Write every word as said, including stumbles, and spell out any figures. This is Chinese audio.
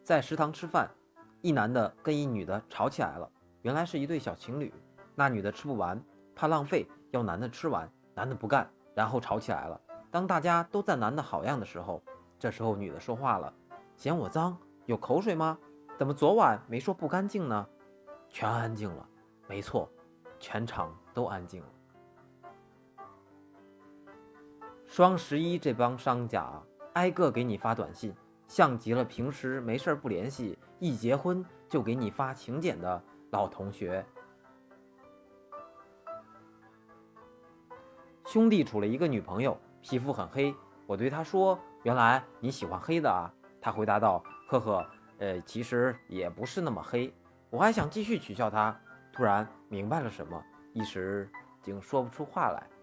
在食堂吃饭，一男的跟一女的吵起来了。原来是一对小情侣，那女的吃不完，怕浪费，要男的吃完，男的不干，然后吵起来了。当大家都赞男的好样的时候，这时候女的说话了：嫌我脏？有口水吗？怎么昨晚没说不干净呢？全安静了。没错，全场都安静了。双十一这帮商家啊，挨个给你发短信，像极了平时没事不联系，一结婚就给你发请柬的老同学。兄弟处了一个女朋友，皮肤很黑，我对他说：原来你喜欢黑的啊？他回答道：呵呵，呃，其实也不是那么黑。我还想继续取笑他，突然明白了什么，一时竟说不出话来。